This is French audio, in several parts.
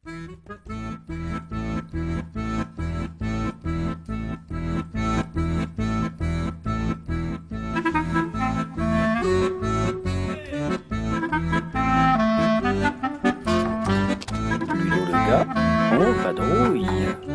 Ludo le gars, en vadrouille.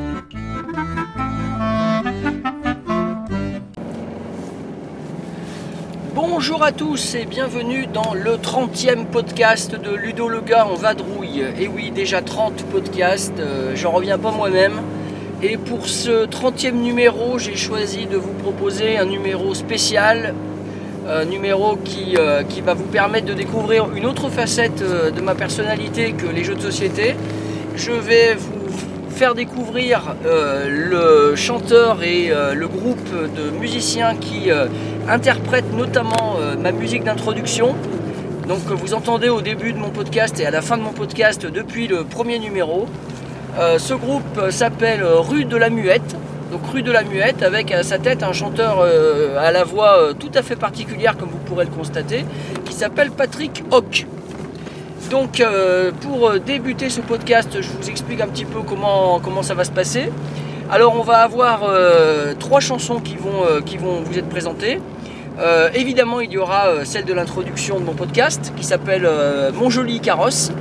Bonjour à tous et bienvenue dans le 30e podcast de Ludo le gars en vadrouille. Et oui, déjà 30 podcasts, j'en reviens pas moi-même. Et pour ce 30e numéro, j'ai choisi de vous proposer un numéro spécial. Un numéro qui va vous permettre de découvrir une autre facette de ma personnalité que les jeux de société. Je vais vous faire découvrir le chanteur et le groupe de musiciens qui interprètent notamment ma musique d'introduction. Donc vous entendez au début de mon podcast et à la fin de mon podcast depuis le premier numéro. Ce groupe s'appelle Rue de la Muette. Donc Rue de la Muette, avec à sa tête un chanteur à la voix tout à fait particulière, comme vous pourrez le constater, qui s'appelle Patrick Hoc. Donc pour débuter ce podcast, je vous explique un petit peu comment ça va se passer. Alors on va avoir 3 chansons qui vont vous être présentées. Évidemment il y aura celle de l'introduction de mon podcast, qui s'appelle Mon joli carrosse.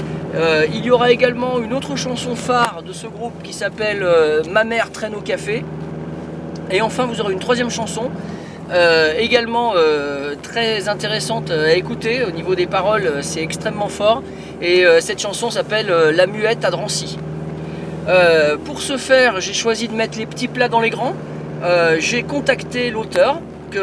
Il y aura également une autre chanson phare de ce groupe qui s'appelle Ma mère traîne au café. Et enfin vous aurez une 3e chanson également très intéressante à écouter. Au niveau des paroles, c'est extrêmement fort. Et cette chanson s'appelle La muette à Drancy. Pour ce faire, j'ai choisi de mettre les petits plats dans les grands. J'ai contacté l'auteur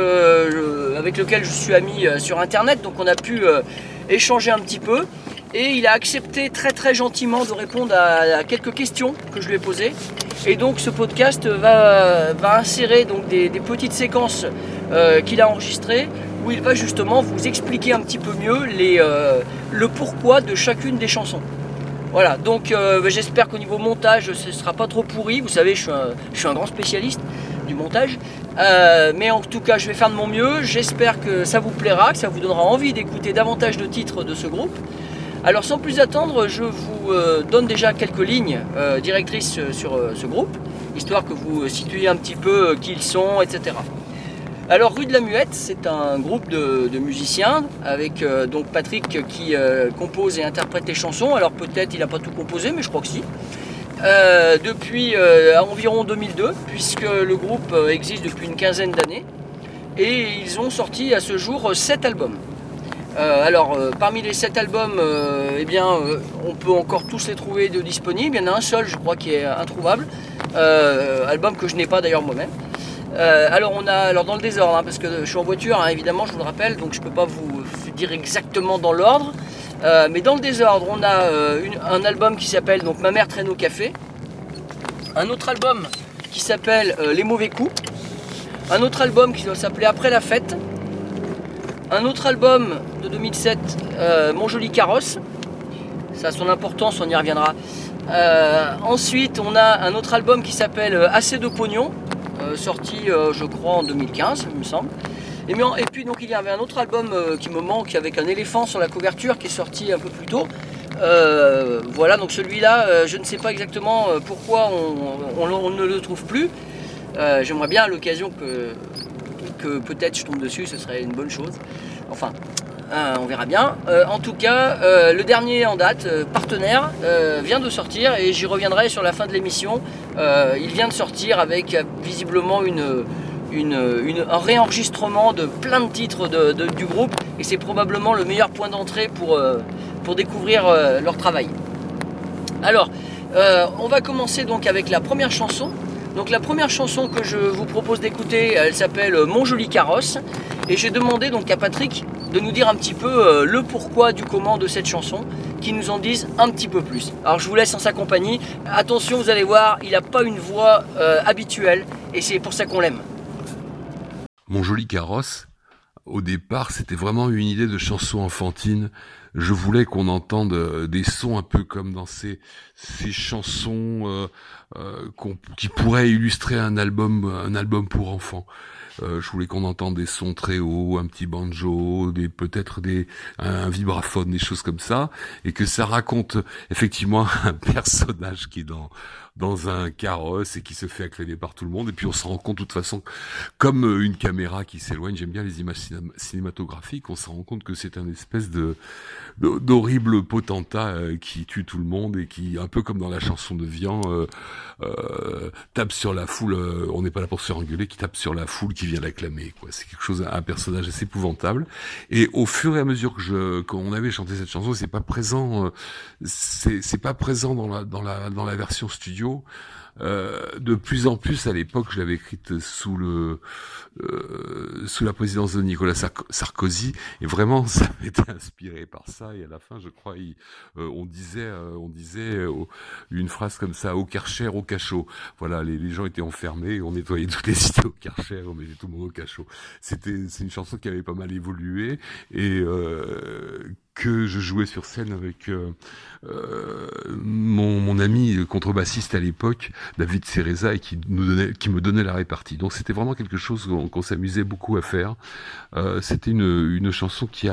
avec lequel je suis ami sur internet, donc on a pu échanger un petit peu. Et il a accepté très très gentiment de répondre à quelques questions que je lui ai posées. Et donc ce podcast va insérer donc des petites séquences qu'il a enregistrées, où il va justement vous expliquer un petit peu mieux le pourquoi de chacune des chansons. Voilà, donc j'espère qu'au niveau montage ce ne sera pas trop pourri. Vous savez, je suis un grand spécialiste du montage. Mais en tout cas je vais faire de mon mieux. J'espère que ça vous plaira, que ça vous donnera envie d'écouter davantage de titres de ce groupe. Alors sans plus attendre, je vous donne déjà quelques lignes directrices sur ce groupe, histoire que vous situiez un petit peu qui ils sont, etc. Alors Rue de la Muette, c'est un groupe de musiciens avec donc Patrick qui compose et interprète les chansons. Alors peut-être il n'a pas tout composé, mais je crois que si. Depuis environ 2002, puisque le groupe existe depuis une quinzaine d'années. Et ils ont sorti à ce jour 7 albums. Parmi les 7 albums, on peut encore tous les trouver disponibles. Il y en a un seul, je crois, qui est introuvable. Album que je n'ai pas d'ailleurs moi-même. Dans le désordre, parce que je suis en voiture, évidemment, je vous le rappelle, donc je ne peux pas vous dire exactement dans l'ordre. Mais dans le désordre, on a un album qui s'appelle donc Ma mère traîne au café. Un autre album qui s'appelle Les mauvais coups. Un autre album qui doit s'appeler Après la fête. Un autre album de 2007, Mon joli carrosse. Ça a son importance, on y reviendra. Ensuite, on a un autre album qui s'appelle Assez de pognon, sorti, je crois, en 2015, il me semble. Et puis, donc, il y avait un autre album qui me manque, avec un éléphant sur la couverture, qui est sorti un peu plus tôt. Voilà, donc celui-là, je ne sais pas exactement pourquoi on ne le trouve plus. J'aimerais bien à l'occasion que peut-être je tombe dessus, ce serait une bonne chose. Enfin, on verra bien. En tout cas, le dernier en date, Partenaire, vient de sortir et j'y reviendrai sur la fin de l'émission. Il vient de sortir avec visiblement un réenregistrement de plein de titres du groupe, et c'est probablement le meilleur point d'entrée pour découvrir leur travail. Alors, on va commencer donc avec la première chanson. Donc la première chanson que je vous propose d'écouter, elle s'appelle Mon joli carrosse, et j'ai demandé donc à Patrick de nous dire un petit peu le pourquoi du comment de cette chanson, qu'il nous en dise un petit peu plus. Alors je vous laisse en sa compagnie. Attention, vous allez voir, il n'a pas une voix habituelle, et c'est pour ça qu'on l'aime. Mon joli carrosse, au départ, c'était vraiment une idée de chanson enfantine je voulais qu'on entende des sons un peu comme dans ces chansons qui pourraient illustrer un album pour enfants. Je voulais qu'on entende des sons très hauts, un petit banjo, peut-être un vibraphone, des choses comme ça, et que ça raconte effectivement un personnage qui est dans un carrosse et qui se fait acclamer par tout le monde. Et puis on se rend compte de toute façon, comme une caméra qui s'éloigne, j'aime bien les images cinématographiques, on se rend compte que c'est un espèce d'horrible potentat qui tue tout le monde et qui, un peu comme dans la chanson de Vian, tape sur la foule, on n'est pas là pour se faire engueuler, qui tape sur la foule qui vient l'acclamer, quoi. C'est quelque chose, un personnage assez épouvantable. Et au fur et à mesure qu'on avait chanté cette chanson, c'est pas présent dans la version studio. De plus en plus, à l'époque, je l'avais écrite sous la présidence de Nicolas Sarkozy, et vraiment, ça m'était inspiré par ça. Et à la fin, je crois, on disait une phrase comme ça: au Karcher, au cachot. Voilà, les gens étaient enfermés, on nettoyait toutes les cités au Karcher, on mettait tout le monde au cachot. C'est une chanson qui avait pas mal évolué et que je jouais sur scène avec mon ami contrebassiste à l'époque, David Cereza, et qui me donnait la répartie. Donc c'était vraiment quelque chose qu'on s'amusait beaucoup à faire. C'était une chanson qui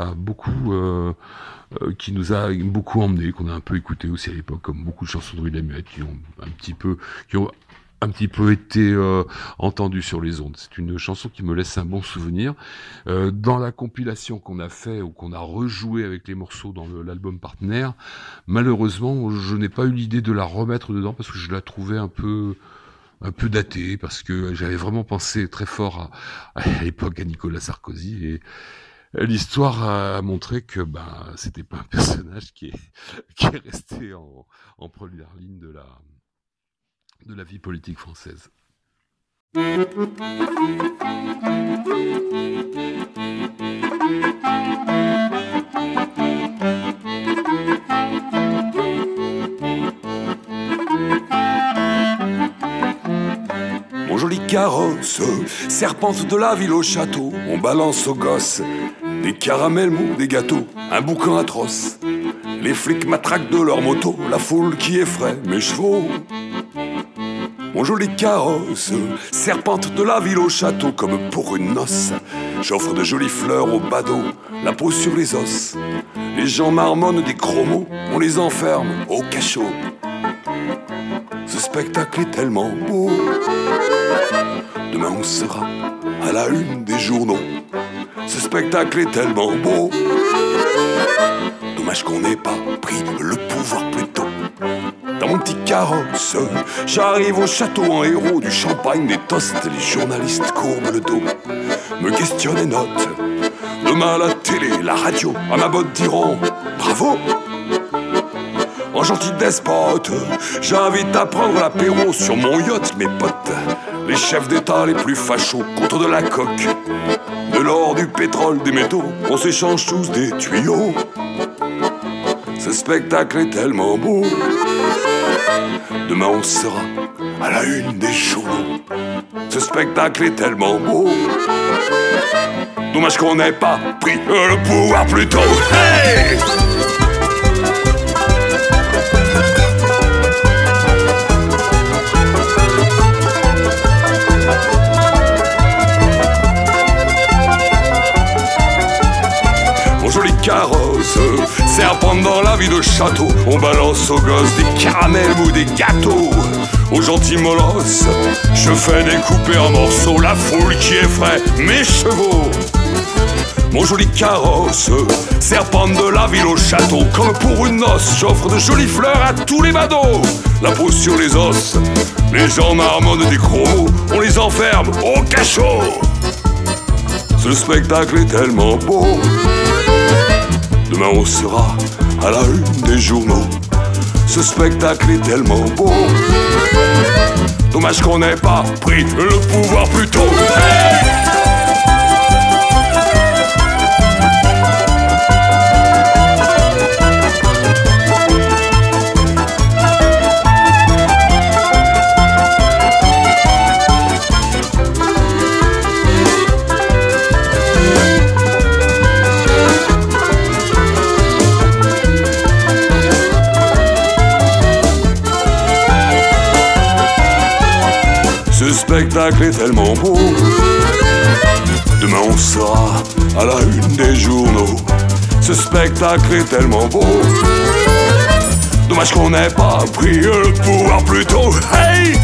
nous a beaucoup emmenés, qu'on a un peu écouté aussi à l'époque, comme beaucoup de chansons de Rue de la Muette qui ont un petit peu été entendu sur les ondes. C'est une chanson qui me laisse un bon souvenir. Dans la compilation qu'on a fait ou qu'on a rejoué avec les morceaux dans l'album partenaire, malheureusement, je n'ai pas eu l'idée de la remettre dedans parce que je la trouvais un peu datée, parce que j'avais vraiment pensé très fort à l'époque à Nicolas Sarkozy, et l'histoire a montré que c'était pas un personnage qui est resté en première ligne de la vie politique française. Mon joli carrosse serpente de la ville au château, on balance aux gosses des caramels mous, des gâteaux, un boucan atroce. Les flics matraquent de leur moto, la foule qui effraie mes chevaux. Mon joli carrosse serpente de la ville au château, comme pour une noce. J'offre de jolies fleurs aux badauds, la peau sur les os. Les gens marmonnent des gros mots, on les enferme au cachot. Ce spectacle est tellement beau. Demain on sera à la une des journaux. Ce spectacle est tellement beau. Dommage qu'on n'ait pas pris le pouvoir plus tôt. Dans mon petit carrosse, j'arrive au château en héros. Du champagne, des toasts, les journalistes courbent le dos, me questionnent et notent. Demain la télé, la radio, à ma botte diront bravo. En gentil despote, j'invite à prendre l'apéro sur mon yacht, mes potes. Les chefs d'état les plus fachos, contre de la coque, de l'or, du pétrole, des métaux, on s'échange tous des tuyaux. Ce spectacle est tellement beau. Demain on sera à la une des journaux. Ce spectacle est tellement beau. Dommage qu'on n'ait pas pris le pouvoir plus tôt. Hey! Joli carrosse, serpente dans la vie de château, on balance aux gosses des caramels ou des gâteaux. Aux gentils molosses, je fais découper en morceaux la foule qui effraie mes chevaux. Mon joli carrosse, serpente de la ville au château, comme pour une noce, j'offre de jolies fleurs à tous les badauds. La peau sur les os, les gens marmonnent des gros mots, on les enferme au cachot. Ce spectacle est tellement beau. Demain on sera à la une des journaux. Ce spectacle est tellement beau. Dommage qu'on n'ait pas pris le pouvoir plus tôt. Hey! spectacle est tellement beau. Demain on sera à la une des journaux. Ce spectacle est tellement beau. Dommage qu'on n'ait pas pris le pouvoir plus tôt. Hey!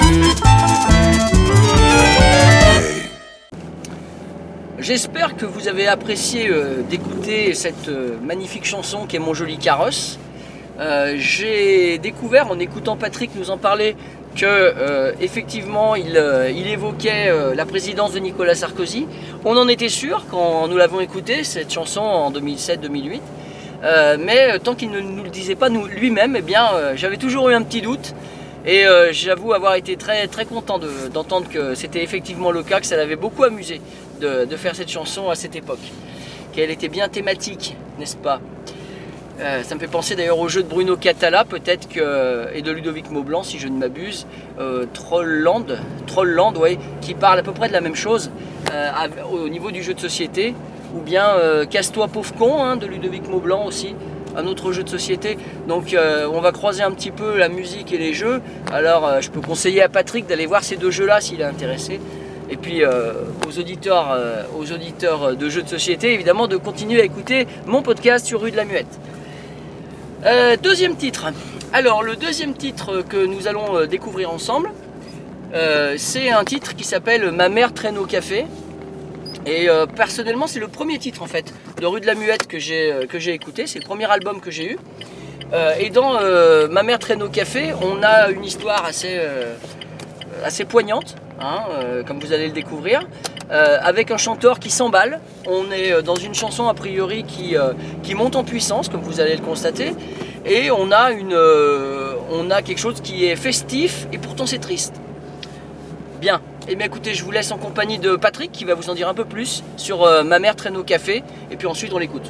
J'espère que vous avez apprécié d'écouter cette magnifique chanson qui est Mon joli carrosse. J'ai découvert en écoutant Patrick nous en parler que effectivement il évoquait la présidence de Nicolas Sarkozy. On en était sûr quand nous l'avons écouté, cette chanson en 2007-2008. Mais tant qu'il ne nous le disait pas lui-même, eh bien, j'avais toujours eu un petit doute. Et j'avoue avoir été très, très content d'entendre que c'était effectivement le cas, que ça l'avait beaucoup amusé de faire cette chanson à cette époque. Qu'elle était bien thématique, n'est-ce pas? Ça me fait penser d'ailleurs au jeu de Bruno Catala, peut-être et de Ludovic Maublanc, si je ne m'abuse, Trollland, ouais, qui parle à peu près de la même chose au niveau du jeu de société, ou bien Casse-toi pauvre con, hein, de Ludovic Maublanc aussi, un autre jeu de société. Donc on va croiser un petit peu la musique et les jeux. Alors je peux conseiller à Patrick d'aller voir ces deux jeux-là s'il est intéressé. Et puis aux auditeurs de jeux de société, évidemment, de continuer à écouter mon podcast sur Rue de la Muette. Deuxième titre. Alors le deuxième titre que nous allons découvrir ensemble, c'est un titre qui s'appelle Ma mère traîne au café. Et personnellement c'est le premier titre en fait de Rue de la Muette que j'ai écouté. C'est le premier album que j'ai eu. Et dans Ma mère traîne au café, on a une histoire assez poignante, hein, comme vous allez le découvrir, avec un chanteur qui s'emballe. On est dans une chanson a priori qui monte en puissance, comme vous allez le constater, et on a quelque chose qui est festif et pourtant c'est triste. Bien, et bien écoutez, je vous laisse en compagnie de Patrick qui va vous en dire un peu plus sur Ma mère traîne au café, et puis ensuite on l'écoute.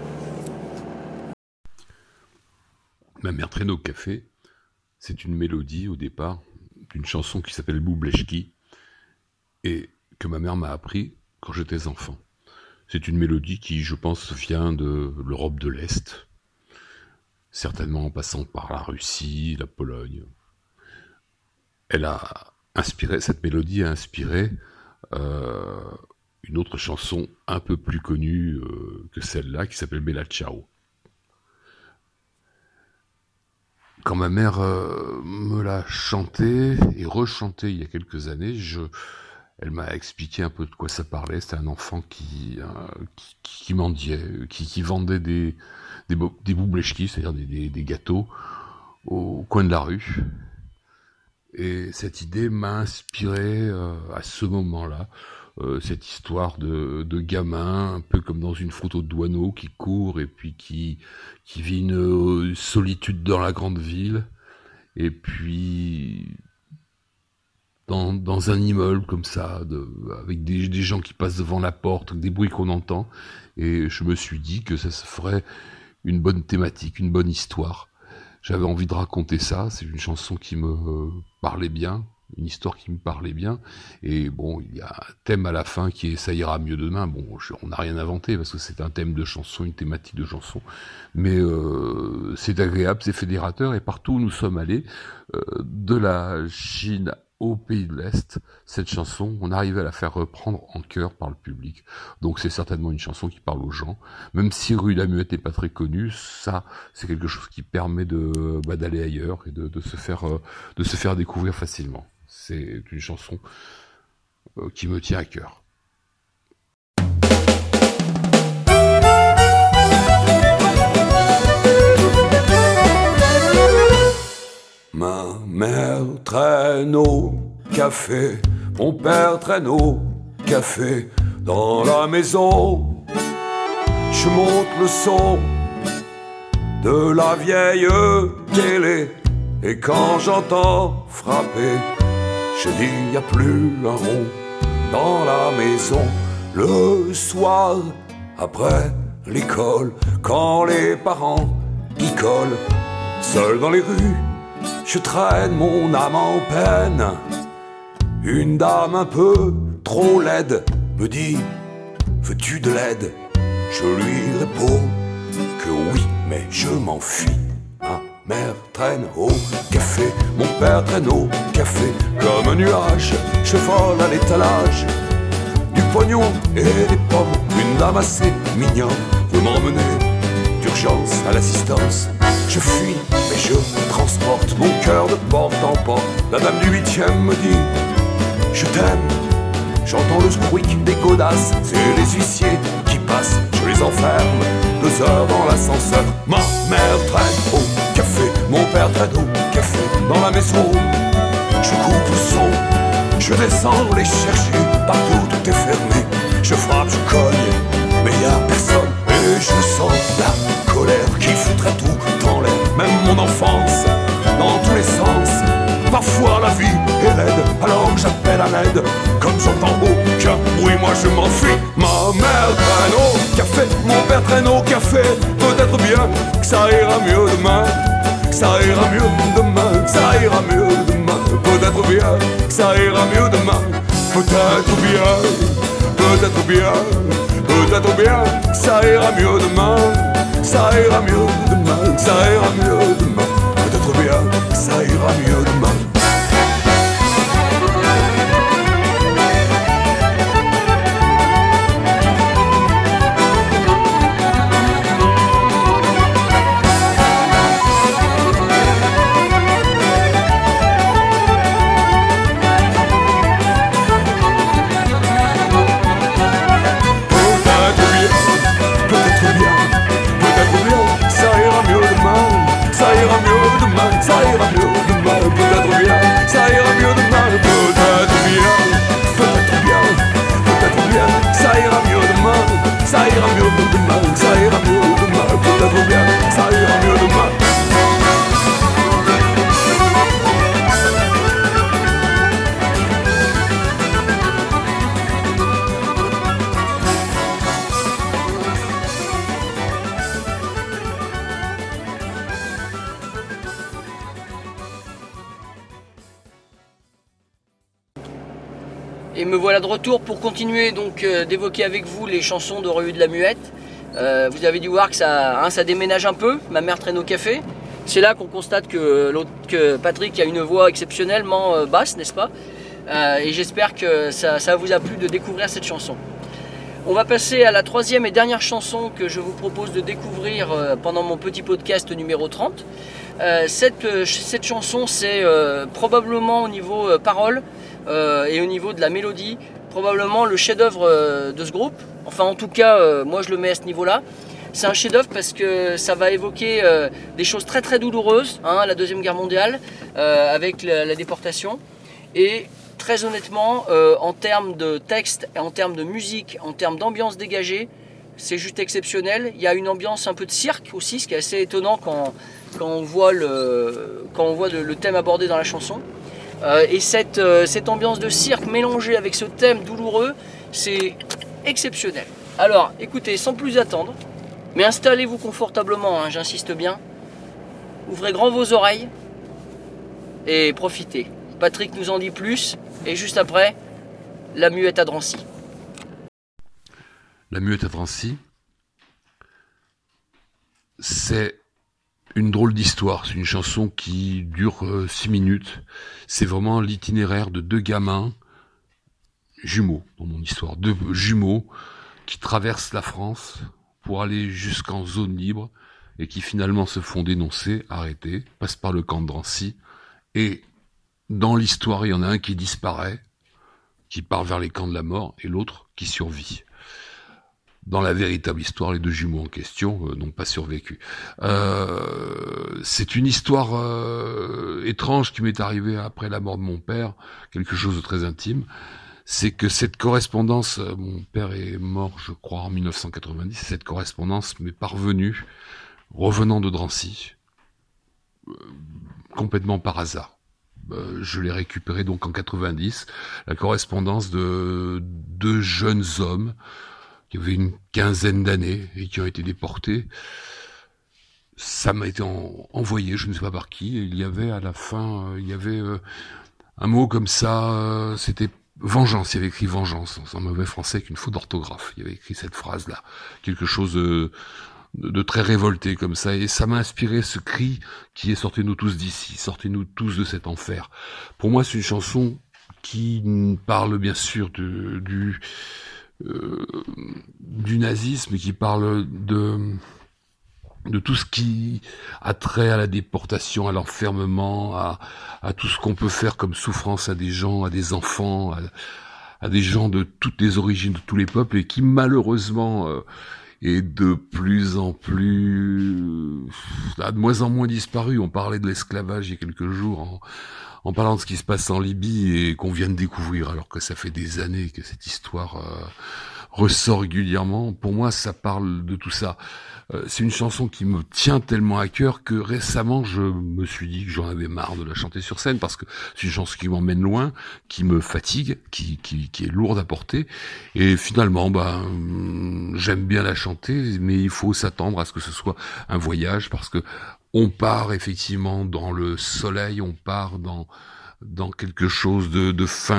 Ma mère traîne au café, c'est une mélodie au départ d'une chanson qui s'appelle Boublechki et que ma mère m'a appris quand j'étais enfant. C'est une mélodie qui, je pense, vient de l'Europe de l'Est, certainement en passant par la Russie, la Pologne. Cette mélodie a inspiré une autre chanson un peu plus connue que celle-là, qui s'appelle Bella Ciao. Quand ma mère me l'a chanté et rechanté il y a quelques années, elle m'a expliqué un peu de quoi ça parlait. C'était un enfant qui mendiait, qui vendait des boublechki, c'est-à-dire des gâteaux, au coin de la rue. Et cette idée m'a inspiré à ce moment-là, cette histoire de gamin, un peu comme dans une photo de Douaneau, qui court et puis qui vit une solitude dans la grande ville, et puis dans un immeuble comme ça, avec des gens qui passent devant la porte, des bruits qu'on entend, et je me suis dit que ça se ferait une bonne thématique, une bonne histoire. J'avais envie de raconter ça, c'est une chanson qui me parlait bien, une histoire qui me parlait bien, et bon, il y a un thème à la fin qui est « Ça ira mieux demain ». Bon, on n'a rien inventé parce que c'est un thème de chanson, une thématique de chanson, mais c'est agréable, c'est fédérateur, et partout où nous sommes allés, de la Chine au pays de l'Est, cette chanson, on arrivait à la faire reprendre en chœur par le public. Donc c'est certainement une chanson qui parle aux gens. Même si Rue de la Muette n'est pas très connue, ça, c'est quelque chose qui permet d'aller ailleurs et de se faire découvrir facilement. C'est une chanson qui me tient à cœur. Ma mère traîne au café, mon père traîne au café. Dans la maison, je monte le son de la vieille télé. Et quand j'entends frapper, je dis y a plus un rond dans la maison. Le soir, après l'école, quand les parents picolent, seul dans les rues, je traîne mon âme en peine. Une dame un peu trop laide me dit « Veux-tu de l'aide ?» Je lui réponds que oui, mais je m'enfuis. Ma mère traîne au café, mon père traîne au café. Comme un nuage, je vole à l'étalage du pognon et des pommes. Une dame assez mignonne veut m'emmener d'urgence à l'assistance. Je fuis, mais je transporte mon cœur de porte en porte. La dame du 8e me dit je t'aime. J'entends le squeak des godasses et les huissiers qui passent. Je les enferme 2 heures dans l'ascenseur. Ma mère traîne au café, mon père traîne au café dans la maison. Je coupe le son, je descends les chercher. Partout tout est fermé. Je frappe, je cogne, mais y a personne. Et je sens la colère qui foutrait tout dans l'air. Même mon enfance, dans tous les sens. Parfois la vie est laide, alors j'appelle à l'aide. Comme j'entends aucun bruit, moi je m'enfuis. Ma mère traîne au café, mon père traîne au café. Peut-être bien que ça ira mieux demain. Ça ira mieux demain, ça ira mieux demain. Peut-être bien que ça ira mieux demain. Peut-être bien, peut-être bien, peut-être bien que ça ira mieux demain. Ça ira mieux demain, ça ira mieux demain. Peut-être bien que ça ira mieux demain. Et me voilà de retour pour continuer donc d'évoquer avec vous les chansons de Revue de la Muette. Vous avez dû voir que ça déménage un peu, ma mère traîne au café. C'est là qu'on constate que Patrick a une voix exceptionnellement basse, n'est-ce pas? Et j'espère que ça vous a plu de découvrir cette chanson. On va passer à la 3e et dernière chanson que je vous propose de découvrir pendant mon petit podcast numéro 30. Cette chanson, c'est probablement au niveau paroles et au niveau de la mélodie, probablement le chef-d'œuvre de ce groupe. Enfin, en tout cas, moi je le mets à ce niveau-là. C'est un chef-d'œuvre parce que ça va évoquer des choses très très douloureuses, la Deuxième Guerre mondiale, avec la déportation. Et très honnêtement, en termes de texte, en termes de musique, en termes d'ambiance dégagée, c'est juste exceptionnel. Il y a une ambiance un peu de cirque aussi, ce qui est assez étonnant quand on voit le thème abordé dans la chanson. Et cette ambiance de cirque mélangée avec ce thème douloureux, c'est exceptionnel. Alors écoutez, sans plus attendre, mais installez-vous confortablement, j'insiste bien. Ouvrez grand vos oreilles et profitez. Patrick nous en dit plus, et juste après, La Muette à Drancy. La Muette à Drancy, c'est une drôle d'histoire. C'est une chanson qui dure 6 minutes. C'est vraiment l'itinéraire de 2 gamins jumeaux, dans mon histoire. 2 jumeaux qui traversent la France pour aller jusqu'en zone libre et qui finalement se font dénoncer, arrêter, passent par le camp de Drancy. Et dans l'histoire, il y en a un qui disparaît, qui part vers les camps de la mort, et l'autre qui survit. Dans la véritable histoire, les 2 jumeaux en question n'ont pas survécu. C'est une histoire étrange qui m'est arrivée après la mort de mon père, quelque chose de très intime. C'est que cette correspondance, mon père est mort, je crois, en 1990, cette correspondance m'est parvenue, revenant de Drancy, complètement par hasard. Je l'ai récupérée donc en 90, la correspondance de 2 jeunes hommes, qui avaient une quinzaine d'années et qui ont été déportés. Ça m'a été envoyé, je ne sais pas par qui, et il y avait à la fin, un mot comme ça, c'était vengeance, il y avait écrit vengeance, en mauvais français avec une faute d'orthographe, il y avait écrit cette phrase-là, quelque chose de très révolté comme ça, et ça m'a inspiré ce cri qui est « Sortez-nous tous d'ici, sortez-nous tous de cet enfer ». Pour moi, c'est une chanson qui parle bien sûr du nazisme, qui parle de tout ce qui a trait à la déportation, à l'enfermement, à tout ce qu'on peut faire comme souffrance à des gens, à des enfants, à des gens de toutes les origines, de tous les peuples, et qui malheureusement est de plus en plus, a de moins en moins disparu. On parlait de l'esclavage il y a quelques jours en parlant de ce qui se passe en Libye et qu'on vient de découvrir, alors que ça fait des années que cette histoire ressort régulièrement. Pour moi, ça parle de tout ça. C'est une chanson qui me tient tellement à cœur que récemment, je me suis dit que j'en avais marre de la chanter sur scène parce que c'est une chanson qui m'emmène loin, qui me fatigue, qui est lourde à porter. Et finalement, j'aime bien la chanter, mais il faut s'attendre à ce que ce soit un voyage parce que on part effectivement dans le soleil, on part dans quelque chose de fin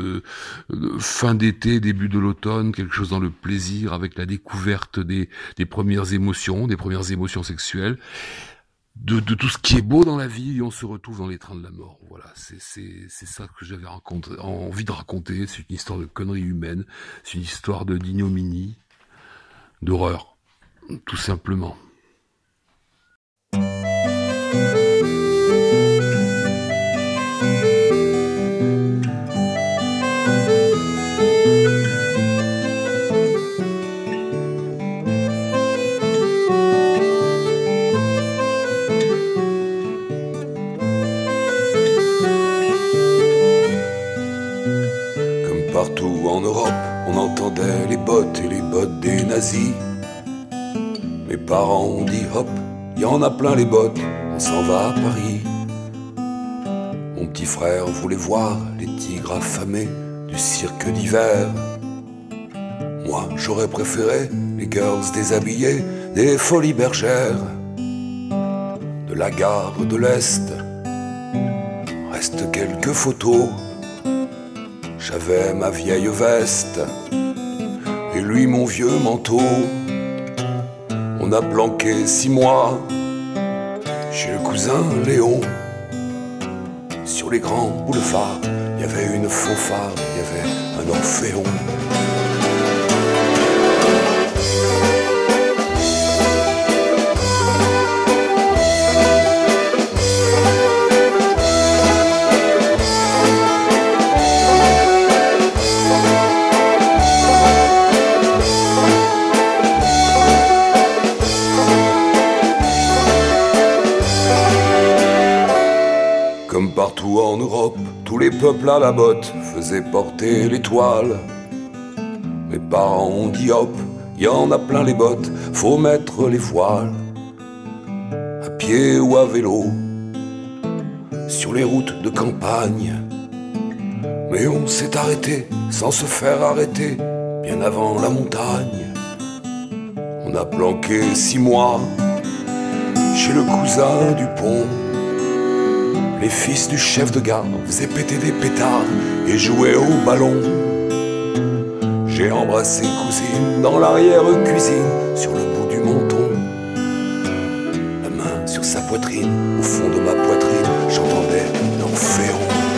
d'été, début de l'automne, quelque chose dans le plaisir, avec la découverte des premières émotions sexuelles, de tout ce qui est beau dans la vie, et on se retrouve dans les trains de la mort. Voilà, c'est ça que j'avais envie de raconter. C'est une histoire de conneries humaines, c'est une histoire d'ignominie, d'horreur, tout simplement. Partout en Europe, on entendait les bottes et les bottes des nazis. Mes parents ont dit hop, y en a plein les bottes, on s'en va à Paris. Mon petit frère voulait voir les tigres affamés du cirque d'hiver. Moi, j'aurais préféré les girls déshabillées des Folies Bergères. De la gare de l'Est, restent quelques photos. J'avais ma vieille veste et lui mon vieux manteau. On a planqué 6 mois chez le cousin Léon. Sur les grands boulevards, il y avait une fanfare, il y avait un orphéon. Comme partout en Europe, tous les peuples à la botte faisaient porter l'étoile. Mes parents ont dit hop, y en a plein les bottes, faut mettre les voiles. À pied ou à vélo, sur les routes de campagne. Mais on s'est arrêté sans se faire arrêter, bien avant la montagne. On a planqué 6 mois chez le cousin Dupont. Les fils du chef de gare faisaient péter des pétards et jouaient au ballon. J'ai embrassé cousine dans l'arrière-cuisine, sur le bout du menton. La main sur sa poitrine, au fond de ma poitrine, j'entendais l'orphéon.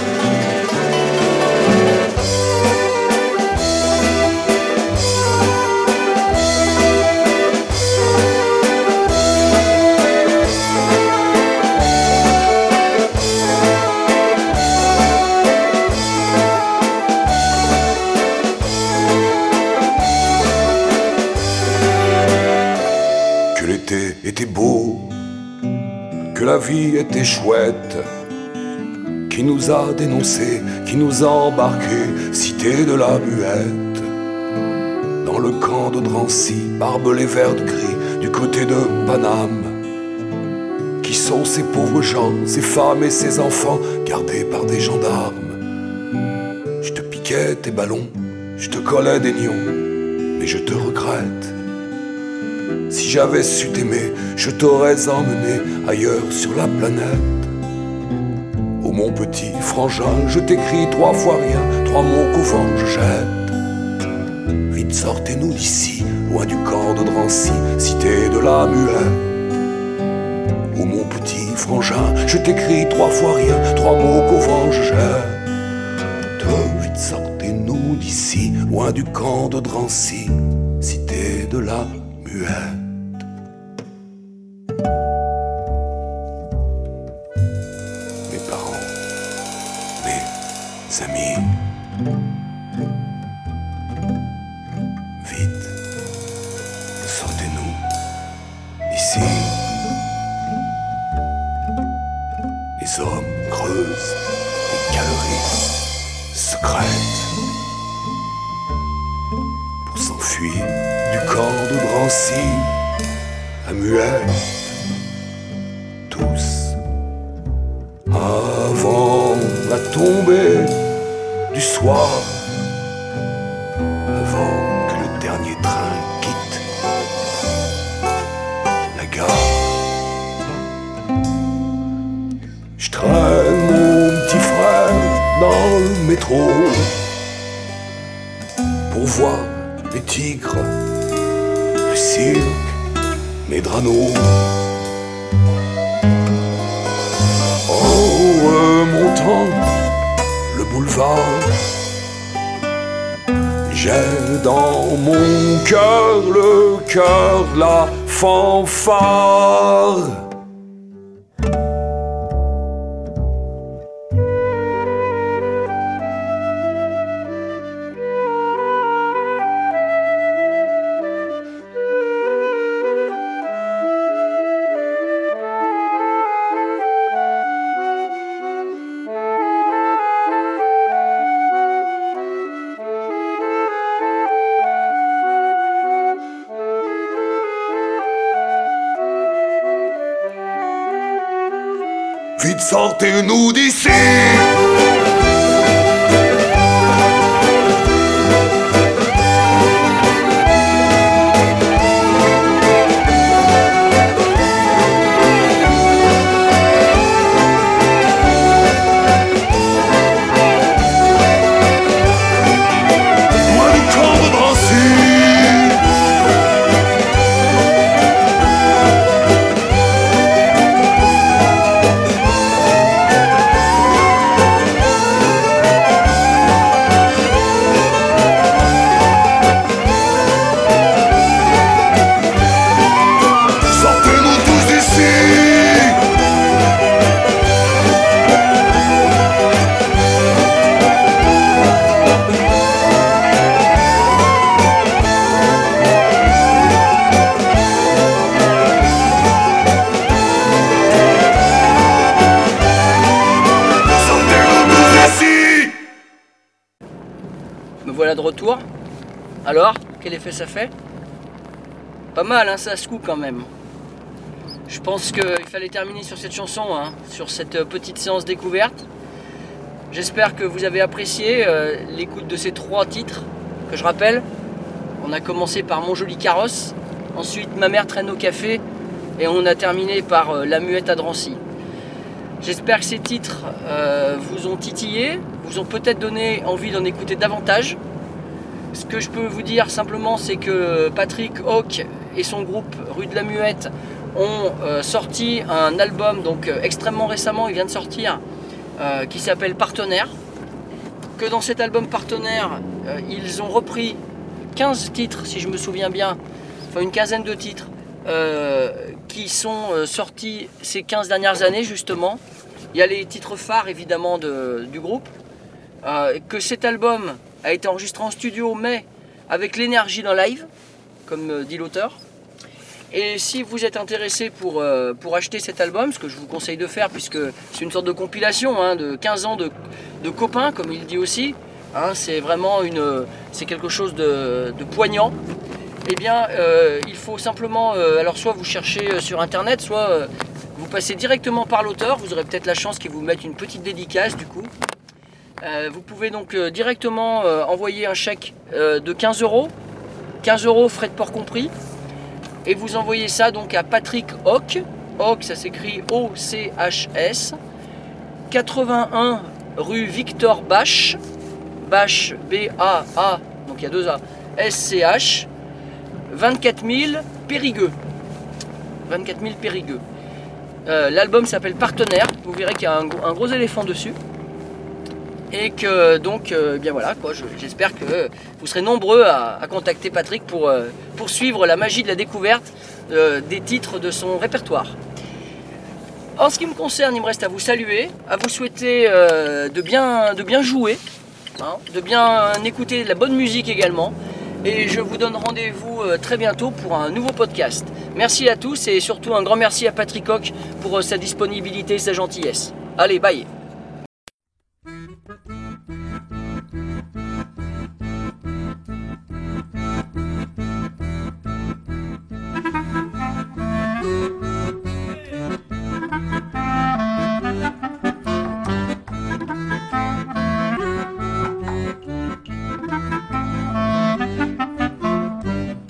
Était beau, que la vie était chouette, qui nous a dénoncés, qui nous a embarqués, cité de la Muette. Dans le camp de Drancy, barbelés verts de gris, du côté de Paname. Qui sont ces pauvres gens, ces femmes et ces enfants, gardés par des gendarmes? Je te piquais tes ballons, je te collais des nions, mais je te regrette. Si j'avais su t'aimer, je t'aurais emmené ailleurs sur la planète. Oh mon petit frangin, je t'écris 3 fois rien, 3 mots qu'au vent je jette. Vite sortez-nous d'ici, loin du camp de Drancy, cité de la Muette. Oh mon petit frangin, je t'écris 3 fois rien, 3 mots qu'au vent je jette. Vite sortez-nous d'ici, loin du camp de Drancy, cité de la Muette. Mes parents, mes amis, vite, sortez-nous d'ici. Les hommes creusent des galeries secrètes pour s'enfuir du camp de Drancy à Muette. Tous avant la tombée du soir, avant que le dernier train quitte la gare. Je traîne mon petit frère dans le métro pour voir les tigres, le cirque, Médrano. En remontant le boulevard, j'ai dans mon cœur le cœur de la fanfare. Vite sortez-nous d'ici. Loin du camp de Drancy. Me voilà de retour. Alors, quel effet ça fait? Pas mal, hein, ça secoue quand même. Je pense qu'il fallait terminer sur cette chanson, hein, sur cette petite séance découverte. J'espère que vous avez apprécié l'écoute de ces 3 titres que je rappelle. On a commencé par Mon joli carrosse, ensuite Ma mère traîne au café et on a terminé par La muette à Drancy. J'espère que ces titres vous ont titillé, vous ont peut-être donné envie d'en écouter davantage. Ce que je peux vous dire simplement, c'est que Patrick Hawk et son groupe Rue de la Muette ont sorti un album donc extrêmement récemment, il vient de sortir, qui s'appelle Partenaire. Que dans cet album Partenaire, ils ont repris 15 titres, si je me souviens bien, enfin une quinzaine de titres, qui sont sortis ces 15 dernières années justement. Il y a les titres phares évidemment du groupe. Que cet album a été enregistré en studio mais avec l'énergie d'un live, comme dit l'auteur. Et si vous êtes intéressé pour acheter cet album, ce que je vous conseille de faire puisque c'est une sorte de compilation hein, de 15 ans de copains, comme il dit aussi, hein, c'est vraiment c'est quelque chose de poignant. Eh bien, il faut simplement, alors soit vous cherchez sur internet, soit vous passez directement par l'auteur, vous aurez peut-être la chance qu'il vous mette une petite dédicace du coup. Vous pouvez donc directement envoyer un chèque de 15 €, 15 € frais de port compris, et vous envoyez ça donc à Patrick Hawk, Hawk ça s'écrit O-C-H-S, 81 rue Victor Bache, Bache B-A-A, donc il y a 2 A, S-C-H, 24 000 Périgueux. 24 000 Périgueux. L'album s'appelle Partenaire, vous verrez qu'il y a un gros éléphant dessus. Et que donc, bien voilà, quoi, j'espère que vous serez nombreux à contacter Patrick pour poursuivre la magie de la découverte des titres de son répertoire. En ce qui me concerne, il me reste à vous saluer, à vous souhaiter de bien jouer, hein, de bien écouter de la bonne musique également. Et je vous donne rendez-vous très bientôt pour un nouveau podcast. Merci à tous et surtout un grand merci à Patrick Koch pour sa disponibilité et sa gentillesse. Allez, bye!